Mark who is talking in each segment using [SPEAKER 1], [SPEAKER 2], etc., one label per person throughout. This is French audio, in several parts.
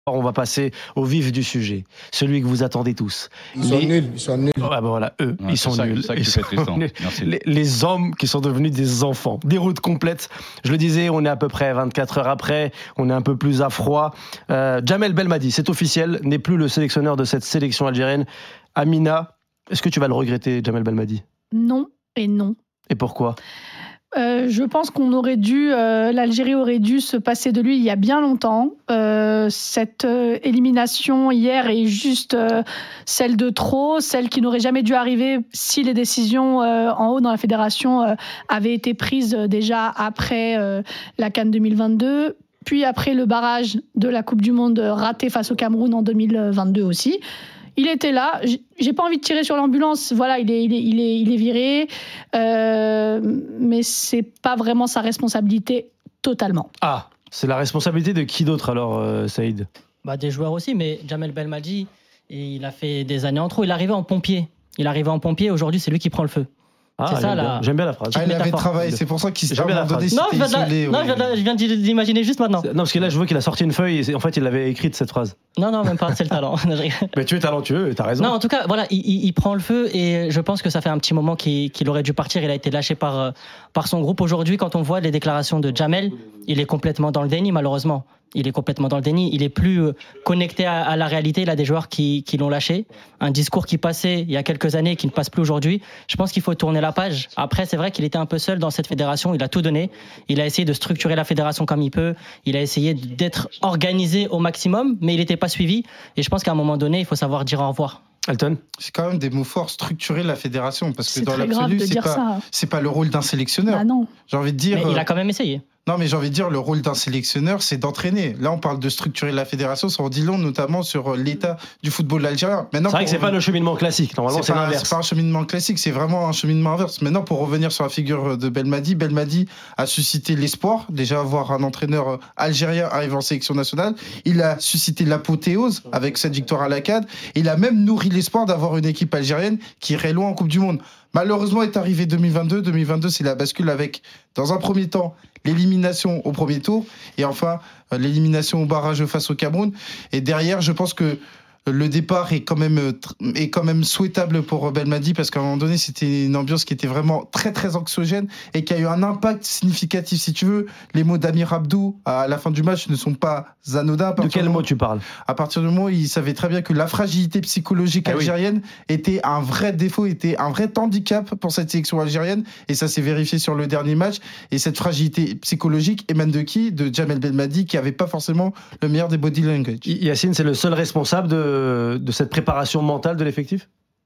[SPEAKER 1] On va passer au vif du sujet, celui que vous attendez tous.
[SPEAKER 2] Ils sont nuls.
[SPEAKER 1] Ouais, ben voilà, eux,
[SPEAKER 3] Ouais,
[SPEAKER 1] ils sont nuls.
[SPEAKER 3] C'est ça qui fait Tristan. Merci.
[SPEAKER 1] Les hommes qui sont devenus des enfants. Déroute complète. Je le disais, on est à peu près 24 heures après, on est un peu plus à froid. Djamel Belmadi, c'est officiel, n'est plus le sélectionneur de cette sélection algérienne. Amina, est-ce que tu vas le regretter, Djamel Belmadi ?
[SPEAKER 4] Non et non.
[SPEAKER 1] Et pourquoi ?
[SPEAKER 4] Je pense l'Algérie aurait dû se passer de lui il y a bien longtemps. Cette élimination hier est juste celle de trop, celle qui n'aurait jamais dû arriver si les décisions en haut dans la fédération avaient été prises déjà après la CAN 2022, puis après le barrage de la Coupe du Monde raté face au Cameroun en 2022 aussi. Il était là, j'ai pas envie de tirer sur l'ambulance, voilà, il est viré, mais c'est pas vraiment sa responsabilité totalement.
[SPEAKER 1] Ah, c'est la responsabilité de qui d'autre alors, Saïd ?
[SPEAKER 5] Des joueurs aussi, mais Djamel Belmadi, il a fait des années en trop, il arrivait en pompier, aujourd'hui c'est lui qui prend le feu.
[SPEAKER 1] Ah, c'est ça, j'aime bien la phrase.
[SPEAKER 2] Il avait travaillé, c'est pour ça qu'il s'est donné.
[SPEAKER 5] Je viens d'imaginer juste maintenant.
[SPEAKER 1] Non, parce que là, je vois qu'il a sorti une feuille et en fait, il l'avait écrite cette phrase.
[SPEAKER 5] Non, même pas, c'est le talent.
[SPEAKER 1] Mais tu es talentueux, t'as raison.
[SPEAKER 5] Non, en tout cas, voilà, il prend le feu et je pense que ça fait un petit moment qu'il aurait dû partir. Il a été lâché par son groupe. Aujourd'hui, quand on voit les déclarations de Djamel, il est complètement dans le déni, malheureusement. Il est complètement dans le déni. Il est plus connecté à la réalité. Il a des joueurs qui l'ont lâché. Un discours qui passait il y a quelques années et qui ne passe plus aujourd'hui. Je pense qu'il faut tourner la page. Après, c'est vrai qu'il était un peu seul dans cette fédération. Il a tout donné. Il a essayé de structurer la fédération comme il peut. Il a essayé d'être organisé au maximum, mais il n'était pas suivi. Et je pense qu'à un moment donné, il faut savoir dire au revoir.
[SPEAKER 1] Alton ?
[SPEAKER 2] C'est quand même des mots forts, structurer la fédération, parce que
[SPEAKER 4] C'est
[SPEAKER 2] dans
[SPEAKER 4] très
[SPEAKER 2] l'absolu,
[SPEAKER 4] grave
[SPEAKER 2] c'est pas le rôle d'un sélectionneur.
[SPEAKER 4] Ah non.
[SPEAKER 2] J'ai envie de dire.
[SPEAKER 5] Mais il a quand même essayé.
[SPEAKER 2] Non, mais j'ai envie de dire, le rôle d'un sélectionneur, c'est d'entraîner. Là, on parle de structurer la fédération, ça en dit long, notamment sur l'état du football algérien.
[SPEAKER 1] C'est vrai que c'est pas le cheminement classique. Normalement, c'est l'inverse.
[SPEAKER 2] C'est pas un cheminement classique, c'est vraiment un cheminement inverse. Maintenant, pour revenir sur la figure de Belmadi a suscité l'espoir. Déjà, avoir un entraîneur algérien arriver en sélection nationale. Il a suscité l'apothéose avec cette victoire à la CAN. Il a même nourri l'espoir d'avoir une équipe algérienne qui irait loin en Coupe du Monde. Malheureusement, est arrivé 2022. 2022, c'est la bascule avec, dans un premier temps, l'élimination au premier tour et enfin l'élimination au barrage face au Cameroun. Et derrière, je pense que le départ est quand même souhaitable pour Belmadi parce qu'à un moment donné, c'était une ambiance qui était vraiment très très anxiogène et qui a eu un impact significatif. Si tu veux, les mots d'Amir Abdou à la fin du match ne sont pas anodins.
[SPEAKER 1] De quel mot tu parles ?
[SPEAKER 2] À partir du moment où il savait très bien que la fragilité psychologique algérienne était un vrai défaut, était un vrai handicap pour cette sélection algérienne et ça s'est vérifié sur le dernier match. Et cette fragilité psychologique émane de qui ? De Djamel Belmadi qui n'avait pas forcément le meilleur des body language.
[SPEAKER 1] Yacine, c'est le seul responsable de cette préparation mentale de l'effectif ?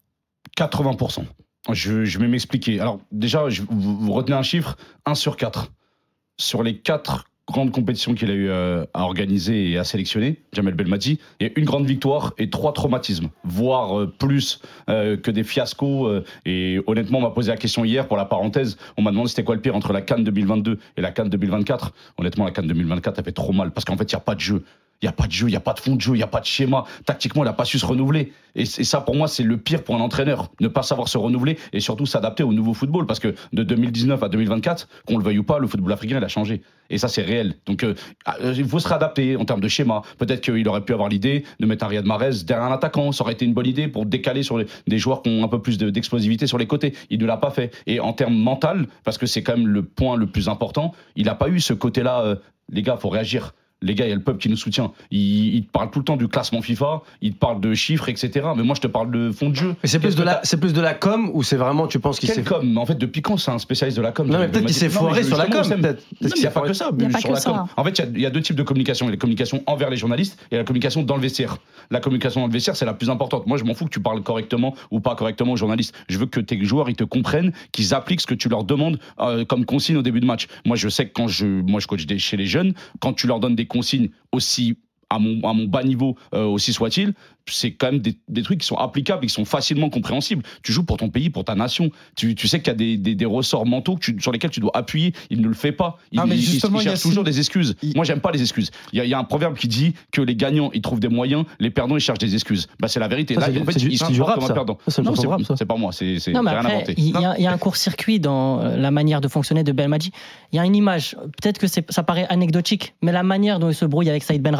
[SPEAKER 3] 80%. Je vais m'expliquer. Alors déjà, vous retenez un chiffre, 1 sur 4. Sur les 4 grandes compétitions qu'il a eu à organiser et à sélectionner, Djamel Belmadi, il y a une grande victoire et 3 traumatismes, voire plus que des fiascos. Et honnêtement, on m'a posé la question hier, pour la parenthèse, on m'a demandé c'était quoi le pire entre la CAN 2022 et la CAN 2024. Honnêtement, la CAN 2024, elle fait trop mal, parce qu'en fait, il n'y a pas de jeu. Il n'y a pas de jeu, il n'y a pas de fond de jeu, il n'y a pas de schéma. Tactiquement, il n'a pas su se renouveler. Et ça, pour moi, c'est le pire pour un entraîneur. Ne pas savoir se renouveler et surtout s'adapter au nouveau football. Parce que de 2019 à 2024, qu'on le veuille ou pas, le football africain, il a changé. Et ça, c'est réel. Donc, il faut se réadapter en termes de schéma. Peut-être qu'il aurait pu avoir l'idée de mettre un Riyad Mahrez derrière un attaquant. Ça aurait été une bonne idée pour décaler sur des joueurs qui ont un peu plus d'explosivité sur les côtés. Il ne l'a pas fait. Et en termes mental, parce que c'est quand même le point le plus important, il n'a pas eu ce côté-là. Les gars, il faut réagir. Les gars, il y a le peuple qui nous soutient. Il te parle tout le temps du classement FIFA, il te parle de chiffres, etc. Mais moi, je te parle de fond de jeu.
[SPEAKER 1] Mais c'est plus de la com ou c'est vraiment, tu penses qu'il s'est...
[SPEAKER 3] Quelle com ? En fait, depuis quand c'est un spécialiste de la com ?
[SPEAKER 1] Non, mais peut-être qu'il s'est foiré sur la com.
[SPEAKER 3] Peut-être qu'il n'y a pas que ça. En fait, il y a 2 types de communication. Il y a la communication envers les journalistes et la communication dans le vestiaire. La communication dans le vestiaire, c'est la plus importante. Moi, je m'en fous que tu parles correctement ou pas correctement aux journalistes. Je veux que tes joueurs, ils te comprennent, qu'ils appliquent ce que tu leur demandes comme consigne au début de match. Moi, je sais que quand je coach chez les jeunes, quand tu leur donnes des consignes aussi à mon bas niveau, aussi soit-il, c'est quand même des trucs qui sont applicables et qui sont facilement compréhensibles. Tu joues pour ton pays, pour ta nation. Tu sais qu'il y a des ressorts mentaux sur lesquels tu dois appuyer. Il ne le fait pas. Il cherche toujours des excuses. Moi, j'aime pas les excuses. Il y a un proverbe qui dit que les gagnants, ils trouvent des moyens, les perdants, ils cherchent des excuses. C'est la vérité.
[SPEAKER 1] Ça,
[SPEAKER 3] là, en fait,
[SPEAKER 1] c'est du rap, ça.
[SPEAKER 3] Perdant.
[SPEAKER 1] Non,
[SPEAKER 3] c'est pas moi. C'est
[SPEAKER 5] non, mais
[SPEAKER 3] rien
[SPEAKER 5] après,
[SPEAKER 3] inventé.
[SPEAKER 5] Il y a un court-circuit dans la manière de fonctionner de Belmadi. Il y a une image. Peut-être que ça paraît anecdotique, mais la manière dont il se brouille avec Saïd Benrahma,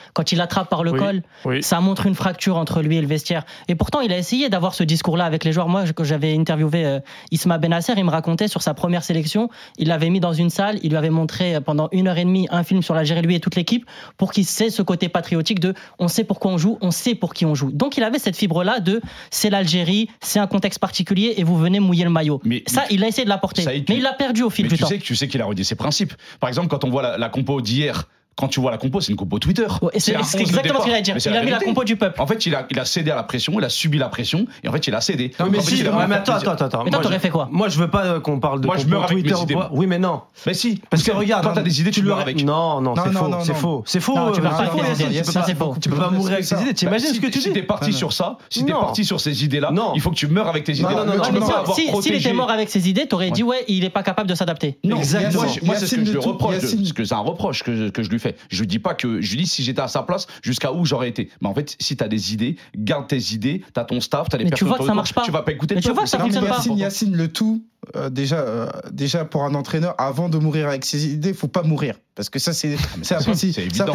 [SPEAKER 5] quand il l'attrape par le col, ça montre une fracture entre lui et le vestiaire. Et pourtant, il a essayé d'avoir ce discours-là avec les joueurs. Moi, quand j'avais interviewé Isma Benasser, il me racontait sur sa première sélection, il l'avait mis dans une salle, il lui avait montré pendant 1h30 un film sur l'Algérie, lui et toute l'équipe, pour qu'il sait ce côté patriotique de on sait pourquoi on joue, on sait pour qui on joue. Donc il avait cette fibre-là de c'est l'Algérie, c'est un contexte particulier et vous venez mouiller le maillot. Il a essayé de l'apporter, mais il l'a perdu au fil du temps.
[SPEAKER 3] Tu sais qu'il a redit ses principes. Par exemple, quand on voit la compo d'hier, quand tu vois la compo, c'est une compo Twitter.
[SPEAKER 5] C'est exactement ce qu'il a dit. Il a mis la compo du peuple.
[SPEAKER 3] En fait, il a cédé à la pression, il a subi la pression, et en fait, il a cédé.
[SPEAKER 1] Non, mais attends.
[SPEAKER 5] Mais toi, t'aurais fait quoi?
[SPEAKER 1] Moi, je veux pas qu'on parle de
[SPEAKER 3] compo Twitter
[SPEAKER 1] ou pas. Oui, mais non.
[SPEAKER 3] Mais si.
[SPEAKER 1] Parce que regarde,
[SPEAKER 3] quand t'as des idées, tu meurs avec.
[SPEAKER 1] Non, c'est faux. C'est faux.
[SPEAKER 5] Tu peux pas avec ça, c'est faux.
[SPEAKER 1] Tu peux pas mourir avec tes idées. T'imagines ce que tu dis?
[SPEAKER 3] Si t'es parti sur ça, si t'es parti sur ces idées-là, il faut que tu meurs avec tes idées.
[SPEAKER 5] S'il était mort avec ses idées, t'aurais dit ouais, il est pas capable de s'adapter.
[SPEAKER 3] Exactement. Moi, c'est ce que je lui reproche. C'est un reproche que je lui fais. Je dis pas que je dis si j'étais à sa place jusqu'à où j'aurais été. Mais en fait, si t'as des idées, garde tes idées, t'as ton staff, t'as les personnes.
[SPEAKER 5] Mais tu vois que ça marche pas.
[SPEAKER 3] Tu vas pas écouter.
[SPEAKER 5] Mais tu vois que ça fonctionne pas.
[SPEAKER 2] Yacine, le tout. Déjà pour un entraîneur, avant de mourir avec ses idées, faut pas mourir. Parce que ça, c'est
[SPEAKER 3] évident.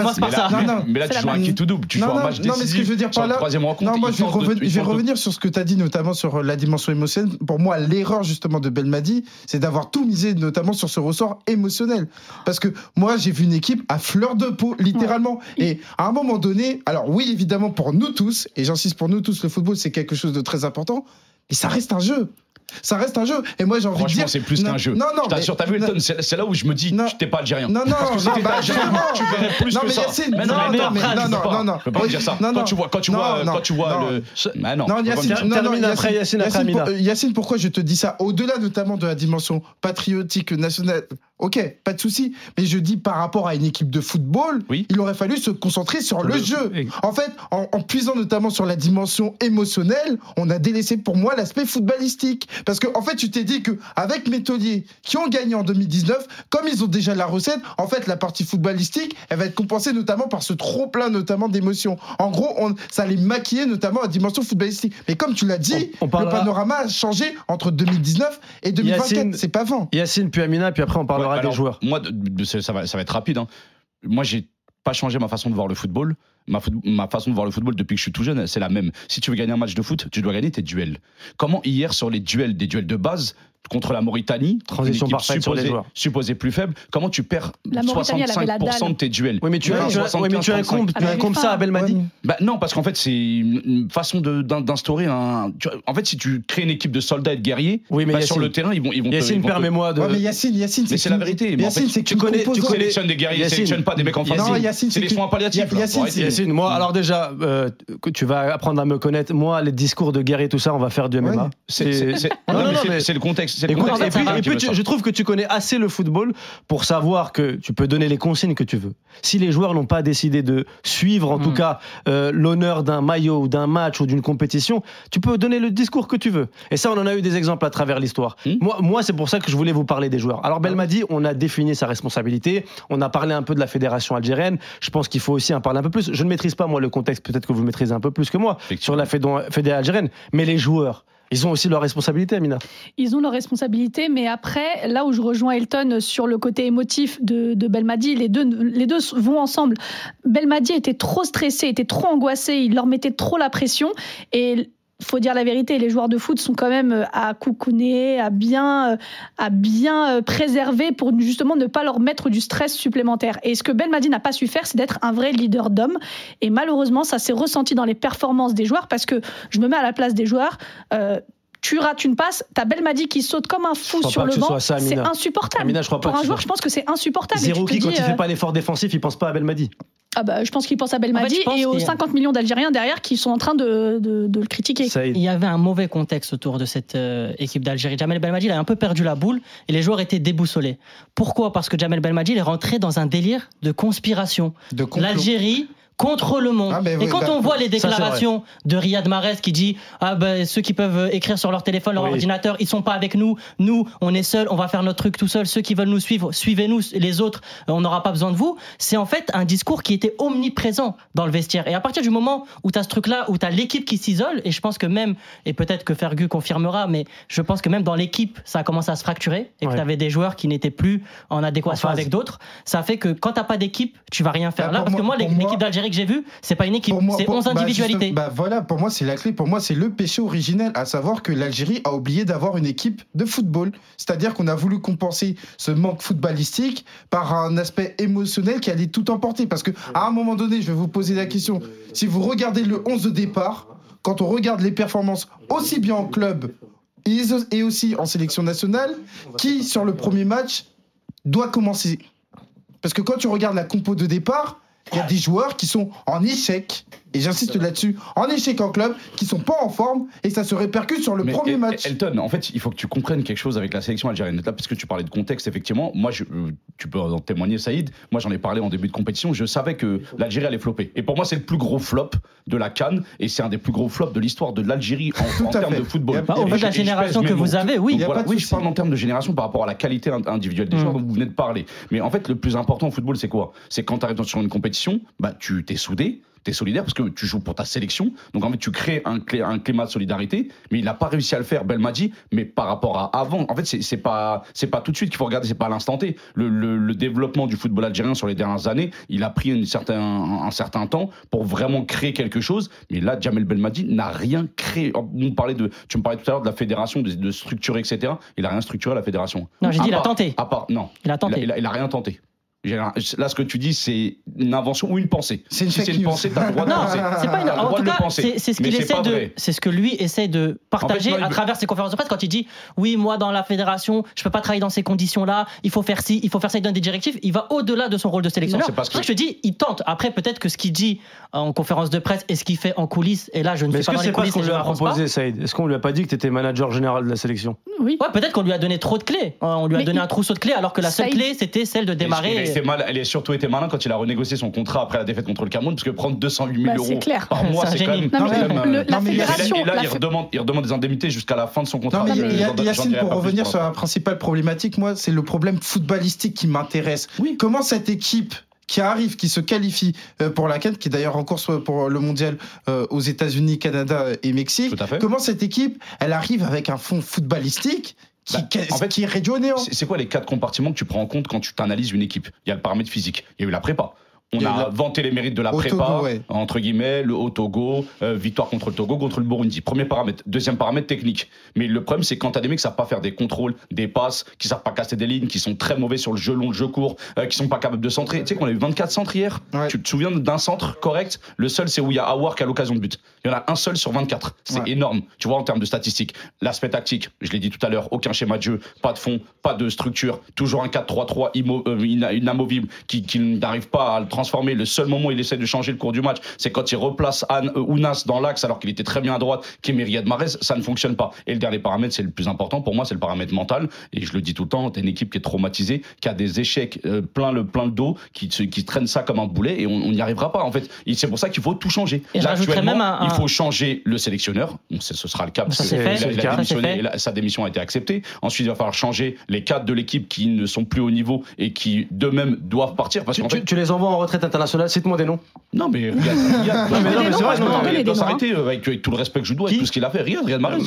[SPEAKER 3] Mais là, tu joues un kit ou double. Tu joues un match décisif.
[SPEAKER 2] Non, mais ce que je veux dire par là. Non, moi, je vais revenir sur ce que tu as dit, notamment sur la dimension émotionnelle. Pour moi, l'erreur, justement, de Belmadi, c'est d'avoir tout misé, notamment sur ce ressort émotionnel. Parce que moi, j'ai vu une équipe à fleur de peau, littéralement. Et à un moment donné, alors oui, évidemment, pour nous tous, et j'insiste pour nous tous, le football, c'est quelque chose de très important, mais ça reste un jeu. Ça reste un jeu. Et moi, j'ai envie de dire.
[SPEAKER 3] Franchement, c'est plus qu'un jeu.
[SPEAKER 2] Non,
[SPEAKER 3] je t'assure, t'as vu Elton, c'est là où je me dis, tu t'es pas algérien.
[SPEAKER 2] Non,
[SPEAKER 3] parce que si t'étais algérien, tu verrais plus que ça.
[SPEAKER 2] Non,
[SPEAKER 3] je peux pas dire ça. Quand tu vois le. Mais non.
[SPEAKER 1] Termine après Yacine, après Amina.
[SPEAKER 2] Yacine, pourquoi je te dis ça? Au-delà notamment de la dimension patriotique nationale, ok, pas de souci. Mais je dis par rapport à une équipe de football, il aurait fallu se concentrer sur le jeu. En fait, en puisant notamment sur la dimension émotionnelle, on a délaissé pour moi l'aspect footballistique. Parce que en fait, tu t'es dit qu'avec Métolier, qui ont gagné en 2019, comme ils ont déjà la recette, en fait, la partie footballistique, elle va être compensée notamment par ce trop-plein notamment d'émotions. En gros, ça allait maquiller notamment la dimension footballistique. Mais comme tu l'as dit, le panorama a changé entre 2019 et 2024. C'est pas avant.
[SPEAKER 1] Yacine, puis Amina, puis après on parlera des joueurs.
[SPEAKER 3] Moi, ça va être rapide. Moi, j'ai pas changé ma façon de voir le football. Ma façon de voir le football depuis que je suis tout jeune, c'est la même. Si tu veux gagner un match de foot, tu dois gagner tes duels. Comment hier, sur les duels, des duels de base, contre la Mauritanie,
[SPEAKER 1] transition parfaite sur les joueurs,
[SPEAKER 3] supposée plus faible, comment tu perds 65% de tes duels?
[SPEAKER 1] Oui, mais tu incombes ça à Belmadi.
[SPEAKER 3] Non, parce qu'en fait, c'est une façon d'instaurer un. En fait, si tu crées une équipe de soldats et de guerriers, sur le terrain, ils vont.
[SPEAKER 1] Yacine, permets-moi de.
[SPEAKER 2] Mais Yacine,
[SPEAKER 3] mais c'est la vérité.
[SPEAKER 2] Yacine, c'est
[SPEAKER 3] tu sélectionnes des guerriers, tu sélectionnes pas des mecs en face. C'est des soins palliatifs.
[SPEAKER 1] Yacine, moi, alors déjà, tu vas apprendre à me connaître. Moi, les discours de guerrier, tout ça, on va faire du MMA.
[SPEAKER 3] C'est le contexte. Et
[SPEAKER 1] puis, je trouve que tu connais assez le football pour savoir que tu peux donner les consignes que tu veux. Si les joueurs n'ont pas décidé de suivre, en tout cas, l'honneur d'un maillot ou d'un match ou d'une compétition, tu peux donner le discours que tu veux. Et ça, on en a eu des exemples à travers l'histoire. Moi, c'est pour ça que je voulais vous parler des joueurs. Alors, Belmadi, on a défini sa responsabilité. On a parlé un peu de la fédération algérienne. Je pense qu'il faut aussi en parler un peu plus. Je ne maîtrise pas, moi, le contexte. Peut-être que vous maîtrisez un peu plus que moi sur la fédération algérienne. Mais les joueurs, ils ont aussi leur responsabilité, Amina.
[SPEAKER 4] Ils ont leur responsabilité, mais après, là où je rejoins Elton sur le côté émotif de Belmadi, les deux vont ensemble. Belmadi était trop stressé, était trop angoissé, il leur mettait trop la pression. Et il faut dire la vérité, les joueurs de foot sont quand même à coucouner, à bien préserver pour justement ne pas leur mettre du stress supplémentaire. Et ce que Belmadi n'a pas su faire, c'est d'être un vrai leader d'homme. Et malheureusement, ça s'est ressenti dans les performances des joueurs parce que je me mets à la place des joueurs. Tu rates une passe, t'as Belmadi qui saute comme un fou sur le banc, c'est insupportable.
[SPEAKER 1] Amina, je crois pas
[SPEAKER 4] pour un joueur, je pense que c'est insupportable.
[SPEAKER 1] Zerouki, quand il fait pas l'effort défensif, il pense pas à Belmadi.
[SPEAKER 4] Je pense qu'il pense à Belmadi et aux 50 millions d'Algériens derrière qui sont en train de le critiquer.
[SPEAKER 5] Il y avait un mauvais contexte autour de cette équipe d'Algérie. Jamel Belmadi il a un peu perdu la boule et les joueurs étaient déboussolés. Pourquoi ? Parce que Jamel Belmadi est rentré dans un délire de conspiration. L'Algérie contre le monde. Et quand on voit les déclarations de Riyad Mahrez qui dit ceux qui peuvent écrire sur leur téléphone, leur ordinateur, ils sont pas avec nous, on est seuls, on va faire notre truc tout seul, ceux qui veulent nous suivre, suivez-nous, les autres, on n'aura pas besoin de vous. C'est en fait un discours qui était omniprésent dans le vestiaire. Et à partir du moment où tu as ce truc-là, où tu as l'équipe qui s'isole, et je pense que même, et peut-être que Fergus confirmera, mais je pense que même dans l'équipe, ça a commencé à se fracturer, et que tu avais des joueurs qui n'étaient plus en adéquation avec d'autres. Ça fait que quand t'as pas d'équipe, tu vas rien faire. Là, parce que moi, l'équipe d'Algérie que j'ai vue, c'est pas une équipe, c'est 11 individualités.
[SPEAKER 2] Voilà, pour moi, c'est la clé. Pour moi, c'est le péché originel, à savoir que l'Algérie a oublié d'avoir une équipe de football. C'est-à-dire qu'on a voulu compenser ce manque footballistique par un aspect émotionnel qui allait tout emporter. Parce que à un moment donné, je vais vous poser la question, si vous regardez le 11 de départ, quand on regarde les performances aussi bien en club et aussi en sélection nationale, qui, sur le premier match, doit commencer? Parce que quand tu regardes la compo de départ, il y a des joueurs qui sont en échec, et j'insiste là-dessus, en échec en club, qui sont pas en forme, et ça se répercute sur le premier match.
[SPEAKER 3] Elton, en fait, il faut que tu comprennes quelque chose avec la sélection algérienne. Là, parce que tu parlais de contexte, effectivement, moi, tu peux en témoigner, Saïd, moi j'en ai parlé en début de compétition, je savais que l'Algérie allait flopper. Et pour moi, c'est le plus gros flop de la CAN, et c'est un des plus gros flops de l'histoire de l'Algérie en termes de football.
[SPEAKER 5] Au vu de la génération que vous avez, oui.
[SPEAKER 3] Oui, je parle en termes de génération par rapport à la qualité individuelle des joueurs dont vous venez de parler. Mais en fait, le plus important au football, c'est quoi? C'est quand tu arrives sur une compétition, tu t'es soudé, t'es solidaire parce que tu joues pour ta sélection. Donc en fait, tu crées un climat de solidarité, mais il n'a pas réussi à le faire, Belmadi. Mais par rapport à avant, en fait, c'est pas tout de suite qu'il faut regarder, c'est pas à l'instant T. Le développement du football algérien sur les dernières années, il a pris un certain temps pour vraiment créer quelque chose. Mais là, Jamel Belmadi n'a rien créé. Tu me parlais tout à l'heure de la fédération, de structurer, etc. Il a rien structuré, la fédération.
[SPEAKER 5] Non, j'ai dit, il a tenté.
[SPEAKER 3] Non.
[SPEAKER 5] Il a tenté.
[SPEAKER 3] Il a rien tenté. Là, ce que tu dis, c'est une invention ou une pensée.
[SPEAKER 2] C'est une
[SPEAKER 3] pensée, t'as le droit de penser.
[SPEAKER 5] C'est pas une. En tout cas, c'est ce qu'il essaie de. C'est ce que lui essaie de partager à travers ses conférences de presse quand il dit oui, moi dans la fédération, je peux pas travailler dans ces conditions-là. Il faut faire ci, il faut faire ça. Il donne des directives. Il va au-delà de son rôle de sélectionneur. C'est pour ça que je te dis, il tente. Après, peut-être que ce qu'il dit en conférence de presse et ce qu'il fait en coulisses. Et là, je ne suis pas dans les coulisses.
[SPEAKER 1] Est-ce que c'est pas ce qu'on lui a proposé, Saïd? Est-ce qu'on lui a pas dit que tu étais manager général de la sélection?
[SPEAKER 4] Oui.
[SPEAKER 5] Ouais, peut-être qu'on lui a donné trop de clés. On lui a donné un trousseau de clés alors que la seule clé, c'était celle de démarrer.
[SPEAKER 3] Elle est surtout été malin quand il a renégocié son contrat après la défaite contre le Cameroun, parce que prendre 208 000 euros par mois, c'est quand même.
[SPEAKER 4] La fédération.
[SPEAKER 3] Et là, il redemande des indemnités jusqu'à la fin de son contrat.
[SPEAKER 2] Yacine, pour revenir sur la principale problématique, moi, c'est le problème footballistique qui m'intéresse.
[SPEAKER 3] Oui.
[SPEAKER 2] Comment cette équipe qui arrive, qui se qualifie pour la CAN, qui est d'ailleurs en course pour le mondial aux États-Unis, Canada et Mexique, comment cette équipe, elle arrive avec un fond footballistique qui est réduit au néant?
[SPEAKER 3] C'est quoi les 4 compartiments que tu prends en compte quand tu t'analyses une équipe? Il y a le paramètre physique, il y a eu la prépa. On a vanté les mérites de la prépa, entre guillemets, au Togo, victoire contre le Togo, contre le Burundi. Premier paramètre. Deuxième paramètre, technique. Mais le problème, c'est quand t'as des mecs qui savent pas faire des contrôles, des passes, qui savent pas casser des lignes, qui sont très mauvais sur le jeu long, le jeu court, qui sont pas capables de centrer. Tu sais qu'on a eu 24 centres hier. Ouais. Tu te souviens d'un centre correct? Le seul, c'est où il y a Aouar qui a l'occasion de but. Il y en a un seul sur 24. C'est énorme. Tu vois, en termes de statistiques. L'aspect tactique, je l'ai dit tout à l'heure, aucun schéma de jeu, pas de fond, pas de structure, toujours un 4-3-3 inamovible qui n'arrive pas à le transformer. Le seul moment où il essaie de changer le cours du match, c'est quand il replace Ounas dans l'axe alors qu'il était très bien à droite, qui est Riyad Mahrez, ça ne fonctionne pas. Et le dernier paramètre, c'est le plus important pour moi, c'est le paramètre mental. Et je le dis tout le temps, t'as une équipe qui est traumatisée, qui a des échecs plein le dos, qui traîne ça comme un boulet et on n'y arrivera pas en fait. Et c'est pour ça qu'il faut tout changer.
[SPEAKER 5] Et
[SPEAKER 3] là, actuellement, il faut changer le sélectionneur. Ce sera le cas parce qu'il a démissionné, sa démission a été acceptée. Ensuite, il va falloir changer les cadres de l'équipe qui ne sont plus au niveau et qui d'eux-mêmes doivent partir. Parce
[SPEAKER 1] tu les envoies en retraite internationale. Cite-moi des noms.
[SPEAKER 3] Non, mais Riyad.
[SPEAKER 1] C'est vrai,
[SPEAKER 3] il doit s'arrêter avec tout le respect que je dois et tout ce qu'il a fait. Riyad Mahrez.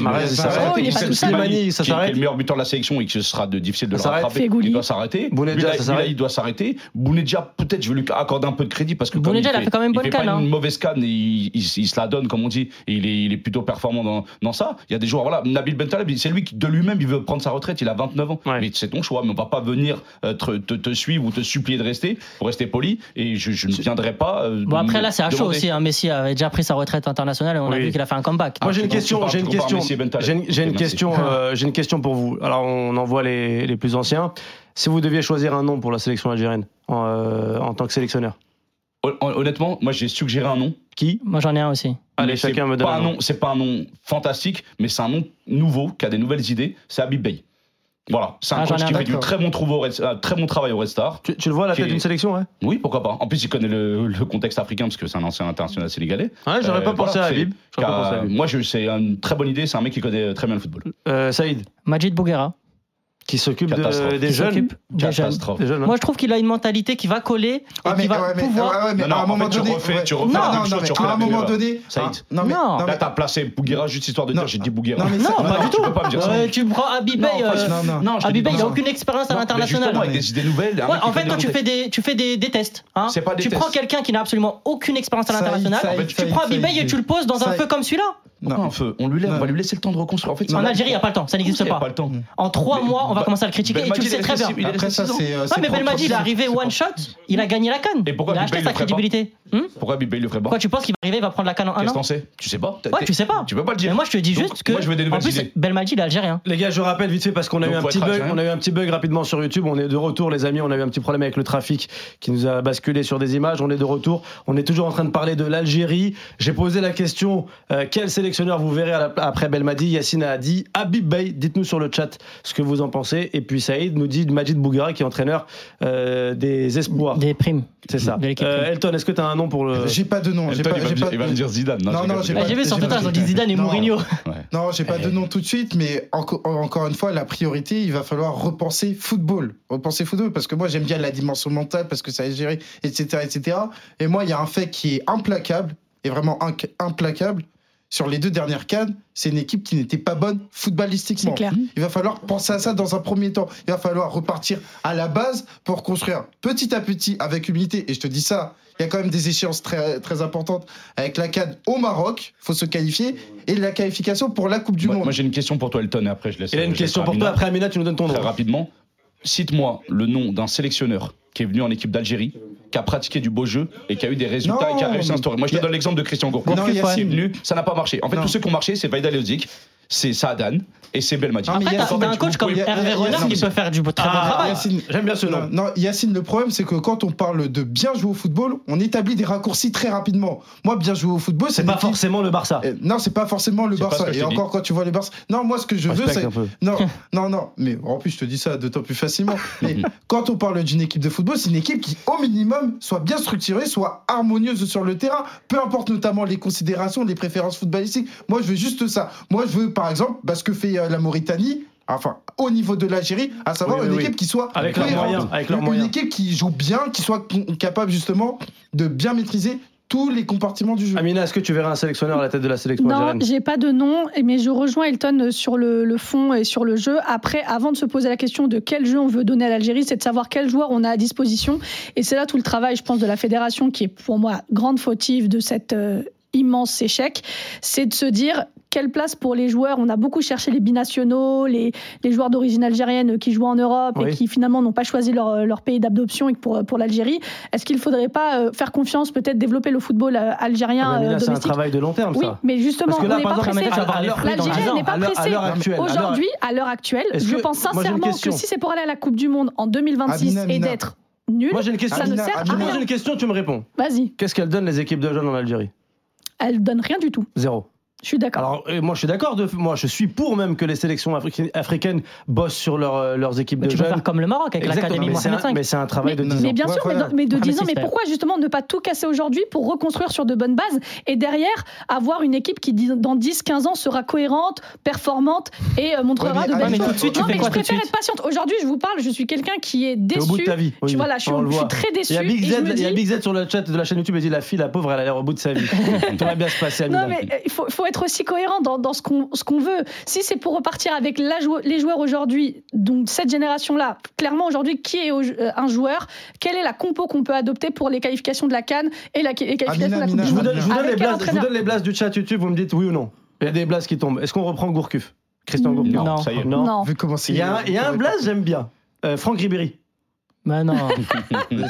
[SPEAKER 1] Slimani, ça s'arrête.
[SPEAKER 3] Qui est le meilleur buteur de la sélection et que ce sera difficile de le rattraper. Il doit s'arrêter.
[SPEAKER 1] Bounedjah,
[SPEAKER 3] il doit s'arrêter. Bounedjah, peut-être, je vais lui accorder un peu de crédit parce que
[SPEAKER 5] Bounedjah, il a fait quand même bonne canne.
[SPEAKER 3] Il fait pas une mauvaise canne et il se la donne, comme on dit. Et il est plutôt performant dans ça. Il y a des joueurs, voilà, Nabil Bentaleb, c'est lui qui de lui-même, il veut prendre sa retraite. Il a 29 ans. Mais c'est ton choix. Mais on va pas venir te suivre ou te supplier de rester pour rester poli. Et je ne viendrai pas.
[SPEAKER 5] Bon, après là, c'est à chaud aussi. Messi avait déjà pris sa retraite internationale et on a vu qu'il a fait un comeback.
[SPEAKER 1] Moi, j'ai une question pour vous. Alors, on en voit les plus anciens. Si vous deviez choisir un nom pour la sélection algérienne en tant que sélectionneur.
[SPEAKER 3] Honnêtement, moi j'ai suggéré un nom.
[SPEAKER 1] Qui?
[SPEAKER 5] Moi j'en ai un aussi.
[SPEAKER 1] Allez, chacun me donne un nom.
[SPEAKER 3] C'est pas un nom fantastique, mais c'est un nom nouveau, qui a des nouvelles idées. C'est Habib Beye. Voilà, c'est un
[SPEAKER 5] Ah,
[SPEAKER 3] coach
[SPEAKER 5] j'en ai
[SPEAKER 3] qui
[SPEAKER 5] un
[SPEAKER 3] fait du très bon travail au Red Star.
[SPEAKER 1] Tu le vois à la tête d'une sélection, ouais?
[SPEAKER 3] Oui, pourquoi pas. En plus, il connaît le contexte africain parce que c'est un ancien international sénégalais.
[SPEAKER 1] Ouais, j'aurais pas pensé à
[SPEAKER 3] c'est-
[SPEAKER 1] Habib.
[SPEAKER 3] Moi, c'est une très bonne idée. C'est un mec qui connaît très bien le football.
[SPEAKER 1] Saïd,
[SPEAKER 5] Majid Bouguera.
[SPEAKER 1] qui s'occupe
[SPEAKER 3] Catastrophe.
[SPEAKER 1] des
[SPEAKER 5] qui
[SPEAKER 1] jeunes.
[SPEAKER 5] s'occupe des jeunes.
[SPEAKER 3] Catastrophe.
[SPEAKER 1] Des jeunes, hein.
[SPEAKER 5] Moi, je trouve qu'il a une mentalité qui va coller et qui va pouvoir.
[SPEAKER 2] mais
[SPEAKER 3] Non, non,
[SPEAKER 2] à un
[SPEAKER 3] en
[SPEAKER 2] moment
[SPEAKER 3] fait, tu
[SPEAKER 2] donné.
[SPEAKER 3] refais
[SPEAKER 2] ouais.
[SPEAKER 3] la
[SPEAKER 2] Non,
[SPEAKER 3] même
[SPEAKER 2] non,
[SPEAKER 3] chose,
[SPEAKER 2] mais
[SPEAKER 3] tu refais
[SPEAKER 2] à
[SPEAKER 3] la
[SPEAKER 2] un
[SPEAKER 3] même
[SPEAKER 2] moment
[SPEAKER 3] erreur.
[SPEAKER 2] donné.
[SPEAKER 3] Saïd.
[SPEAKER 2] Non, mais.
[SPEAKER 5] Non.
[SPEAKER 3] Là, t'as placé Bouguera juste histoire de
[SPEAKER 2] Non.
[SPEAKER 3] dire j'ai dit Bouguera.
[SPEAKER 2] Non, mais
[SPEAKER 5] Non, pas du tout.
[SPEAKER 3] Tu peux pas me dire ça.
[SPEAKER 5] Tu prends Habib Bey.
[SPEAKER 2] Non,
[SPEAKER 3] je te dis
[SPEAKER 5] Habib Bey,
[SPEAKER 3] pas
[SPEAKER 5] il n'a
[SPEAKER 3] ça.
[SPEAKER 5] aucune expérience à
[SPEAKER 3] Non, mais
[SPEAKER 5] l'international.
[SPEAKER 3] justement, avec des idées nouvelles. un
[SPEAKER 5] Ouais,
[SPEAKER 3] mec qui
[SPEAKER 5] en fait,
[SPEAKER 3] connaît
[SPEAKER 5] toi, tu
[SPEAKER 3] le
[SPEAKER 5] fais des tests. Hein.
[SPEAKER 3] C'est pas des
[SPEAKER 5] tu
[SPEAKER 3] tests.
[SPEAKER 5] prends quelqu'un qui n'a absolument aucune expérience à
[SPEAKER 2] Saïd,
[SPEAKER 5] l'international.
[SPEAKER 2] Saïd,
[SPEAKER 5] Tu
[SPEAKER 2] Saïd,
[SPEAKER 5] prends Habib Bey et
[SPEAKER 2] Saïd.
[SPEAKER 5] tu le poses dans un
[SPEAKER 2] Saïd.
[SPEAKER 5] feu comme celui-là.
[SPEAKER 3] Pourquoi un feu On va lui laisser le temps de reconstruire. En fait,
[SPEAKER 5] En Algérie, il n'y a pas le temps. Ça n'existe
[SPEAKER 3] il y a
[SPEAKER 5] pas.
[SPEAKER 3] pas le temps.
[SPEAKER 5] En 3
[SPEAKER 3] Mais-
[SPEAKER 5] mois, on va
[SPEAKER 3] bah,
[SPEAKER 5] commencer à le critiquer et tu le sais très bien.
[SPEAKER 3] Il est
[SPEAKER 2] Après,
[SPEAKER 3] resté
[SPEAKER 2] ça,
[SPEAKER 3] 6 ans.
[SPEAKER 2] c'est.
[SPEAKER 5] Ouais, mais Belmadi, il est arrivé one shot, il a gagné la CAN.
[SPEAKER 3] Et pourquoi
[SPEAKER 5] il a
[SPEAKER 3] Habib Bey
[SPEAKER 5] acheté
[SPEAKER 3] le
[SPEAKER 5] sa
[SPEAKER 3] ferait pas
[SPEAKER 5] crédibilité.
[SPEAKER 3] Pourquoi Habib Bey le ferait pas
[SPEAKER 5] Pourquoi tu penses qu'il va arriver, il va prendre la CAN en un
[SPEAKER 3] Qu'est-ce que
[SPEAKER 5] an?
[SPEAKER 3] t'en sais Tu sais pas
[SPEAKER 5] Ouais, tu sais pas.
[SPEAKER 3] Tu peux pas le dire.
[SPEAKER 5] Mais moi, je te dis
[SPEAKER 3] Donc,
[SPEAKER 5] juste que.
[SPEAKER 3] moi, je veux des
[SPEAKER 5] En
[SPEAKER 3] nouvelles
[SPEAKER 5] plus,
[SPEAKER 3] idées.
[SPEAKER 5] Belmadi, il est algérien.
[SPEAKER 1] Les gars, je rappelle vite fait parce qu'on a
[SPEAKER 3] Donc,
[SPEAKER 1] eu un
[SPEAKER 3] faut
[SPEAKER 1] petit
[SPEAKER 3] être
[SPEAKER 1] bug.
[SPEAKER 3] algérien.
[SPEAKER 1] On a eu un petit bug rapidement sur YouTube. On est de retour, les amis. On a eu un petit problème avec le trafic qui nous a basculé sur des images. On est de retour. On est toujours en train de parler de l'Algérie. J'ai posé la question quel sélectionneur vous verrez après Belmadi? Yacine a dit Habib Bey. Dites-nous sur le chat ce que vous en pensez. Et puis Saïd nous dit Majid Bouguera qui est entraîneur des espoirs.
[SPEAKER 5] Des primes.
[SPEAKER 1] C'est ça.
[SPEAKER 5] De l'équipe.
[SPEAKER 1] Elton, est-ce que tu as un nom pour le.
[SPEAKER 2] J'ai pas de nom.
[SPEAKER 3] Elton, il va me dire Zidane.
[SPEAKER 2] Non,
[SPEAKER 3] je
[SPEAKER 2] j'ai
[SPEAKER 3] rigole.
[SPEAKER 2] pas-
[SPEAKER 5] J'ai vu sur Twitter, ils ont dit Zidane et
[SPEAKER 2] Non.
[SPEAKER 5] Mourinho.
[SPEAKER 2] Non, j'ai pas de nom tout de suite, mais encore une fois, la priorité, il va falloir repenser football. Repenser football, parce que moi, j'aime bien la dimension mentale, parce que ça est géré, etc., etc. Et moi, il y a un fait qui est implacable, et vraiment implacable. Sur les 2 dernières CAN, c'est une équipe qui n'était pas bonne footballistiquement.
[SPEAKER 4] C'est clair.
[SPEAKER 2] Il va falloir penser à ça dans un premier temps. Il va falloir repartir à la base pour construire petit à petit, avec humilité. Et je te dis ça, il y a quand même des échéances très, très importantes avec la CAN au Maroc, il faut se qualifier, et la qualification pour la Coupe du Monde.
[SPEAKER 3] Moi, j'ai une question pour toi, Elton, et après, je laisse.
[SPEAKER 1] Il a une
[SPEAKER 3] je laisse
[SPEAKER 1] question pour
[SPEAKER 3] Amina.
[SPEAKER 1] toi. Après Amina, tu nous donnes ton nom.
[SPEAKER 3] Très rapidement. Cite-moi le nom d'un sélectionneur qui est venu en équipe d'Algérie, qui a pratiqué du beau jeu et qui a eu des résultats
[SPEAKER 2] Non,
[SPEAKER 3] et qui a réussi à instaurer. Moi, je te
[SPEAKER 2] y a-
[SPEAKER 3] donne l'exemple de Christian Gourcuff.
[SPEAKER 2] Non,
[SPEAKER 3] Qui est
[SPEAKER 2] Yacine.
[SPEAKER 3] venu, ça n'a pas marché. En fait,
[SPEAKER 2] Non.
[SPEAKER 3] tous ceux qui ont marché, c'est Vaïda Leozik, c'est Saadan et c'est Belmadi.
[SPEAKER 2] Ah, mais
[SPEAKER 5] Après,
[SPEAKER 2] Yacine,
[SPEAKER 5] t'as un coach comme
[SPEAKER 2] il y a-
[SPEAKER 5] Hervé
[SPEAKER 2] il y a-
[SPEAKER 5] Renard
[SPEAKER 2] non,
[SPEAKER 5] qui
[SPEAKER 2] mais
[SPEAKER 5] peut faire du très bon travail.
[SPEAKER 2] Yacine,
[SPEAKER 1] J'aime bien ce nom.
[SPEAKER 2] Non, Yacine, le problème, c'est que quand on parle de bien jouer au football, on établit des raccourcis très rapidement. Moi, bien jouer au football,
[SPEAKER 1] C'est
[SPEAKER 2] une
[SPEAKER 1] pas
[SPEAKER 2] équipe-
[SPEAKER 1] forcément le Barça.
[SPEAKER 2] Non, c'est pas forcément le
[SPEAKER 3] C'est pas
[SPEAKER 2] Barça.
[SPEAKER 3] ce que je
[SPEAKER 2] Et
[SPEAKER 3] te dis.
[SPEAKER 2] encore, quand tu vois le Barça. Non, moi, ce que je veux,
[SPEAKER 1] Respecte
[SPEAKER 2] c'est.
[SPEAKER 1] un peu.
[SPEAKER 2] Non. Mais en plus, je te dis ça d'autant plus facilement. Mais quand on parle d'une équipe de football, c'est une équipe qui, au minimum, soit bien structurée, soit harmonieuse sur le terrain. Peu importe notamment les considérations, les préférences footballistiques. Moi, je veux juste ça. Moi, je veux, par exemple, ce que fait la Mauritanie. Enfin, au niveau de l'Algérie, à savoir
[SPEAKER 1] Oui,
[SPEAKER 2] une
[SPEAKER 1] oui,
[SPEAKER 2] équipe
[SPEAKER 1] oui.
[SPEAKER 2] qui soit
[SPEAKER 1] Avec leurs
[SPEAKER 2] cohérente.
[SPEAKER 1] moyens, avec leurs
[SPEAKER 2] Une
[SPEAKER 1] moyens.
[SPEAKER 2] équipe qui joue bien, qui soit capable justement de bien maîtriser tous les compartiments du jeu.
[SPEAKER 1] Amina, est-ce que tu verras un sélectionneur à la tête de la sélection
[SPEAKER 4] Non,
[SPEAKER 1] algérienne?
[SPEAKER 4] j'ai pas de nom, mais je rejoins Elton sur le fond et sur le jeu. Après, avant de se poser la question de quel jeu on veut donner à l'Algérie, c'est de savoir quel joueur on a à disposition. Et c'est là tout le travail, je pense, de la fédération qui est pour moi grande fautive de cet immense échec. C'est de se dire quelle place pour les joueurs. On a beaucoup cherché les binationaux, les joueurs d'origine algérienne qui jouent en Europe
[SPEAKER 1] Oui.
[SPEAKER 4] et qui finalement n'ont pas choisi leur pays d'adoption et pour l'Algérie. Est-ce qu'il ne faudrait pas faire confiance, peut-être développer le football algérien
[SPEAKER 1] Amina, c'est un
[SPEAKER 4] domestique?
[SPEAKER 1] travail de long terme,
[SPEAKER 4] Oui,
[SPEAKER 1] ça.
[SPEAKER 4] mais justement,
[SPEAKER 1] Parce que là,
[SPEAKER 4] on n'est
[SPEAKER 1] par
[SPEAKER 4] pas
[SPEAKER 1] exemple,
[SPEAKER 4] pressé.
[SPEAKER 1] à
[SPEAKER 4] L'Algérie n'est pas pressée. Aujourd'hui, à l'heure actuelle,
[SPEAKER 1] Est-ce
[SPEAKER 4] je
[SPEAKER 1] que-
[SPEAKER 4] pense
[SPEAKER 1] moi, j'ai une
[SPEAKER 4] sincèrement que
[SPEAKER 1] question.
[SPEAKER 4] si c'est pour aller à la Coupe du Monde en 2026 et
[SPEAKER 2] Amina.
[SPEAKER 4] d'être nul,
[SPEAKER 1] Moi, j'ai une question.
[SPEAKER 4] ça ne
[SPEAKER 2] Amina,
[SPEAKER 4] sert à
[SPEAKER 2] Amina.
[SPEAKER 1] Moi, j'ai
[SPEAKER 4] rien.
[SPEAKER 1] une question, tu me réponds.
[SPEAKER 4] Vas-y,
[SPEAKER 1] Qu'est-ce qu'elles donnent les équipes de jeunes en Algérie?
[SPEAKER 4] elle donne rien du tout.
[SPEAKER 1] Zéro.
[SPEAKER 4] Je suis d'accord.
[SPEAKER 1] Alors, moi, je suis d'accord. Moi, je suis pour même que les sélections africaines bossent sur leurs équipes de
[SPEAKER 5] Tu peux
[SPEAKER 1] jeunes.
[SPEAKER 5] faire comme le Maroc avec
[SPEAKER 1] Exactement,
[SPEAKER 5] l'Académie
[SPEAKER 1] mais c'est
[SPEAKER 5] Mohamed V.
[SPEAKER 1] mais c'est un travail de 10
[SPEAKER 4] Mais
[SPEAKER 1] ans.
[SPEAKER 4] bien
[SPEAKER 2] Ouais,
[SPEAKER 4] sûr,
[SPEAKER 2] voilà.
[SPEAKER 4] mais de
[SPEAKER 5] Après,
[SPEAKER 4] 10 ans. Mais
[SPEAKER 5] système.
[SPEAKER 4] pourquoi justement ne pas tout casser aujourd'hui pour reconstruire sur de bonnes bases et derrière avoir une équipe qui dans 10-15 ans sera cohérente, performante et montrera
[SPEAKER 2] Ouais,
[SPEAKER 4] de
[SPEAKER 2] mais
[SPEAKER 4] belles
[SPEAKER 2] mais
[SPEAKER 4] choses.
[SPEAKER 2] tout de suite, tu
[SPEAKER 4] Non,
[SPEAKER 2] fais
[SPEAKER 4] mais
[SPEAKER 5] quoi
[SPEAKER 4] je
[SPEAKER 5] tout de
[SPEAKER 4] préfère
[SPEAKER 5] suite
[SPEAKER 4] être patiente. Aujourd'hui, je vous parle, je suis quelqu'un qui est
[SPEAKER 1] T'es au bout de
[SPEAKER 4] déçu.
[SPEAKER 1] ta vie. Oui,
[SPEAKER 4] Voilà, je
[SPEAKER 1] on le
[SPEAKER 4] suis
[SPEAKER 1] voit.
[SPEAKER 4] très déçu.
[SPEAKER 1] Il y a Big
[SPEAKER 4] et je me
[SPEAKER 1] Z, il y a
[SPEAKER 4] dis-
[SPEAKER 1] Big Z sur le chat de la chaîne YouTube. Il dit la fille, la pauvre, elle a l'air au bout de sa vie. Tout va bien se passer, Amina.
[SPEAKER 4] Non, mais il faut être aussi cohérent dans ce qu'on veut. Si c'est pour repartir avec les joueurs aujourd'hui, donc cette génération-là, clairement aujourd'hui, qui est un joueur? Quelle est la compo qu'on peut adopter pour les qualifications de la CAN et les qualifications de la Coupe
[SPEAKER 2] Amina,
[SPEAKER 4] du
[SPEAKER 1] Je vous
[SPEAKER 4] Monde?
[SPEAKER 1] donne,
[SPEAKER 4] Avec
[SPEAKER 1] les
[SPEAKER 4] quel
[SPEAKER 1] blases, je vous
[SPEAKER 4] entraîneur?
[SPEAKER 1] donne les blases du chat YouTube, vous me dites oui ou non. Il y a des blases qui tombent. Est-ce qu'on reprend Gourcuff? Christian Gourcuff?
[SPEAKER 5] Non.
[SPEAKER 3] Ça y est.
[SPEAKER 1] Non.
[SPEAKER 4] Non.
[SPEAKER 2] Vu comment c'est-
[SPEAKER 1] Il y a un blaze, j'aime bien. Franck Ribéry.
[SPEAKER 5] Bah non.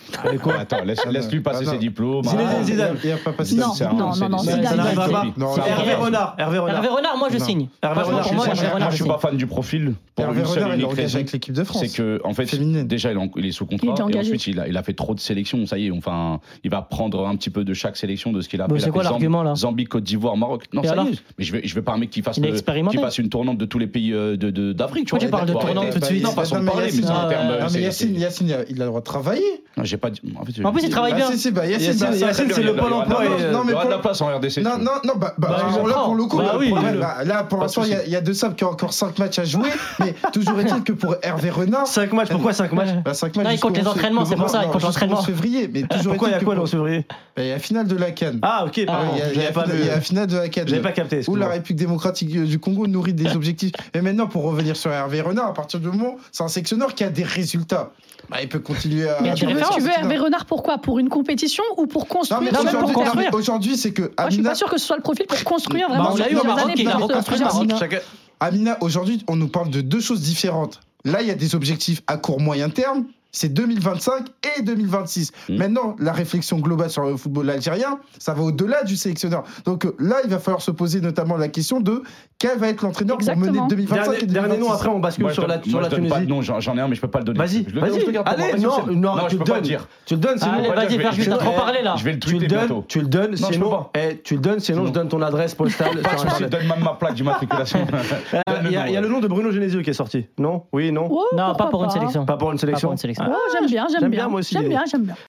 [SPEAKER 1] Allez, quoi.
[SPEAKER 3] Attends, laisse-lui passer ses diplômes.
[SPEAKER 1] Zinedine Zidane.
[SPEAKER 2] Il n'y a pas passé
[SPEAKER 4] Non,
[SPEAKER 3] C'est un-
[SPEAKER 4] non,
[SPEAKER 3] c'est-
[SPEAKER 4] non,
[SPEAKER 3] c'est-
[SPEAKER 1] Ça
[SPEAKER 4] Zidane,
[SPEAKER 1] n'arrivera
[SPEAKER 4] il
[SPEAKER 1] pas.
[SPEAKER 2] Non,
[SPEAKER 1] Hervé Renard.
[SPEAKER 5] Hervé Renard, moi je
[SPEAKER 2] Non.
[SPEAKER 5] signe.
[SPEAKER 1] Hervé
[SPEAKER 5] Franchement,
[SPEAKER 1] Renard,
[SPEAKER 5] pour moi,
[SPEAKER 1] je
[SPEAKER 5] Hervé Renard,
[SPEAKER 3] Moi,
[SPEAKER 5] je
[SPEAKER 3] je suis
[SPEAKER 5] signe.
[SPEAKER 3] pas fan du profil. Pour
[SPEAKER 2] Hervé
[SPEAKER 3] une seule
[SPEAKER 2] Renard,
[SPEAKER 3] et
[SPEAKER 2] il est
[SPEAKER 3] unique
[SPEAKER 2] engagé
[SPEAKER 3] raison.
[SPEAKER 2] avec l'équipe de France.
[SPEAKER 3] C'est que, en fait,
[SPEAKER 2] Féminine.
[SPEAKER 3] déjà, il est sous contrat.
[SPEAKER 4] Il était
[SPEAKER 3] Et
[SPEAKER 4] engagé.
[SPEAKER 3] ensuite, il a fait trop de sélections. Ça y est, enfin, il va prendre un petit peu de chaque sélection de ce qu'il a
[SPEAKER 5] Bon,
[SPEAKER 3] fait.
[SPEAKER 5] c'est
[SPEAKER 3] Il a
[SPEAKER 5] quoi
[SPEAKER 3] fait
[SPEAKER 5] l'argument, là
[SPEAKER 3] Zambie, Côte d'Ivoire, Maroc. Non,
[SPEAKER 5] Et
[SPEAKER 3] ça
[SPEAKER 5] alors
[SPEAKER 3] y est. Mais je veux pas un mec qui fasse
[SPEAKER 5] Il est expérimenté.
[SPEAKER 3] une tournante de tous les pays d'Afrique.
[SPEAKER 5] Pourquoi tu parles de tournante tout de suite
[SPEAKER 3] Non, façon de
[SPEAKER 2] Non, mais
[SPEAKER 3] parler, mais c'est en
[SPEAKER 5] Yacine,
[SPEAKER 3] termes.
[SPEAKER 2] Non, mais
[SPEAKER 3] c'est-
[SPEAKER 2] Yacine, il a le droit de travailler.
[SPEAKER 3] Non, j'ai pas dit.
[SPEAKER 5] En plus, il travaille bien.
[SPEAKER 2] Yacine,
[SPEAKER 1] Yacine,
[SPEAKER 2] Yacine,
[SPEAKER 1] c'est le Pôle emploi.
[SPEAKER 2] Non, mais
[SPEAKER 3] Il y aura de
[SPEAKER 2] pour-
[SPEAKER 3] la place en RDC.
[SPEAKER 2] Non, alors là, pour le coup,
[SPEAKER 1] Bah oui,
[SPEAKER 2] là, pour
[SPEAKER 3] Pas de
[SPEAKER 2] l'instant,
[SPEAKER 3] souci.
[SPEAKER 2] il y a De Sabre qui a encore 5 matchs à jouer, mais toujours est-il que pour Hervé Renard,
[SPEAKER 1] 5 matchs, pourquoi 5 matchs
[SPEAKER 2] 5 matchs.
[SPEAKER 5] Non, il compte les entraînements, c'est pour ça, il compte l'entraînement.
[SPEAKER 2] Février, mais toujours
[SPEAKER 1] Pourquoi il y a
[SPEAKER 2] est-il
[SPEAKER 1] quoi
[SPEAKER 2] que
[SPEAKER 1] le 11 février
[SPEAKER 2] il y a la finale de la CAN.
[SPEAKER 1] Ah, ok, pardon.
[SPEAKER 2] Il y a la finale de la CAN.
[SPEAKER 1] J'avais pas capté.
[SPEAKER 2] Où
[SPEAKER 1] excuse-moi.
[SPEAKER 2] la République démocratique du Congo nourrit des objectifs. Et maintenant, pour revenir sur Hervé Renard, à partir du moment où c'est un sélectionneur qui a des résultats, il peut continuer à.
[SPEAKER 4] Mais tu veux
[SPEAKER 2] sélectionner.
[SPEAKER 4] Hervé Renard pourquoi? Pour une compétition ou pour
[SPEAKER 2] Non,
[SPEAKER 4] construire
[SPEAKER 2] mais
[SPEAKER 4] sur le long
[SPEAKER 2] aujourd'hui,
[SPEAKER 4] terme?
[SPEAKER 2] non, mais aujourd'hui, c'est que
[SPEAKER 4] Moi, je suis
[SPEAKER 2] Amina,
[SPEAKER 4] pas sûr que ce soit le profil pour construire vraiment
[SPEAKER 5] on
[SPEAKER 4] sur
[SPEAKER 5] l'a eu au
[SPEAKER 4] plusieurs
[SPEAKER 5] Maroc,
[SPEAKER 4] années
[SPEAKER 5] il a
[SPEAKER 4] pour
[SPEAKER 5] reconstruit le
[SPEAKER 4] construire
[SPEAKER 5] Maroc.
[SPEAKER 4] Zidane.
[SPEAKER 2] Amina, aujourd'hui, on nous parle de deux choses différentes. Là, il y a des objectifs à court moyen terme. C'est 2025 et 2026. Maintenant, la réflexion globale sur le football algérien, ça va au-delà du sélectionneur. Donc là, il va falloir se poser notamment la question de quel va être l'entraîneur pour mener
[SPEAKER 4] Exactement.
[SPEAKER 2] 2025 et 2026.
[SPEAKER 1] Dernier nom, après on bascule
[SPEAKER 3] Moi,
[SPEAKER 1] sur la
[SPEAKER 3] je donne pas
[SPEAKER 1] Tunisie.
[SPEAKER 3] de nom, j'en ai un, mais je peux pas le donner.
[SPEAKER 1] Vas-y,
[SPEAKER 3] Je le donne, je te garde pour moi.
[SPEAKER 1] allez,
[SPEAKER 3] Vas-y,
[SPEAKER 1] non,
[SPEAKER 3] c'est-
[SPEAKER 1] non,
[SPEAKER 3] je
[SPEAKER 1] tu
[SPEAKER 3] peux
[SPEAKER 1] le
[SPEAKER 3] pas
[SPEAKER 1] donnes.
[SPEAKER 3] le dire.
[SPEAKER 1] Tu le donnes, sinon.
[SPEAKER 5] Allez, vas-y, Fergus, t'as trop parlé là.
[SPEAKER 3] Je vais le
[SPEAKER 1] Tu le
[SPEAKER 3] tweeter
[SPEAKER 1] donnes,
[SPEAKER 3] bientôt.
[SPEAKER 1] tu le donnes,
[SPEAKER 3] Non, je peux
[SPEAKER 1] sinon.
[SPEAKER 3] pas.
[SPEAKER 1] Tu le donnes, sinon je donne ton adresse postale.
[SPEAKER 3] Pas de
[SPEAKER 1] sur
[SPEAKER 3] souci,
[SPEAKER 1] Internet.
[SPEAKER 3] donne même ma plaque d'immatriculation.
[SPEAKER 1] Il y a le nom de Bruno Genesio qui est sorti. Non? Oui, non?
[SPEAKER 4] Oh,
[SPEAKER 5] Non, pas
[SPEAKER 4] pourquoi
[SPEAKER 5] pour une sélection.
[SPEAKER 1] Pas pour une
[SPEAKER 5] Pas pour
[SPEAKER 1] sélection.
[SPEAKER 5] une sélection.
[SPEAKER 4] Oh, j'aime bien.
[SPEAKER 1] J'aime bien, moi aussi.
[SPEAKER 4] J'aime bien.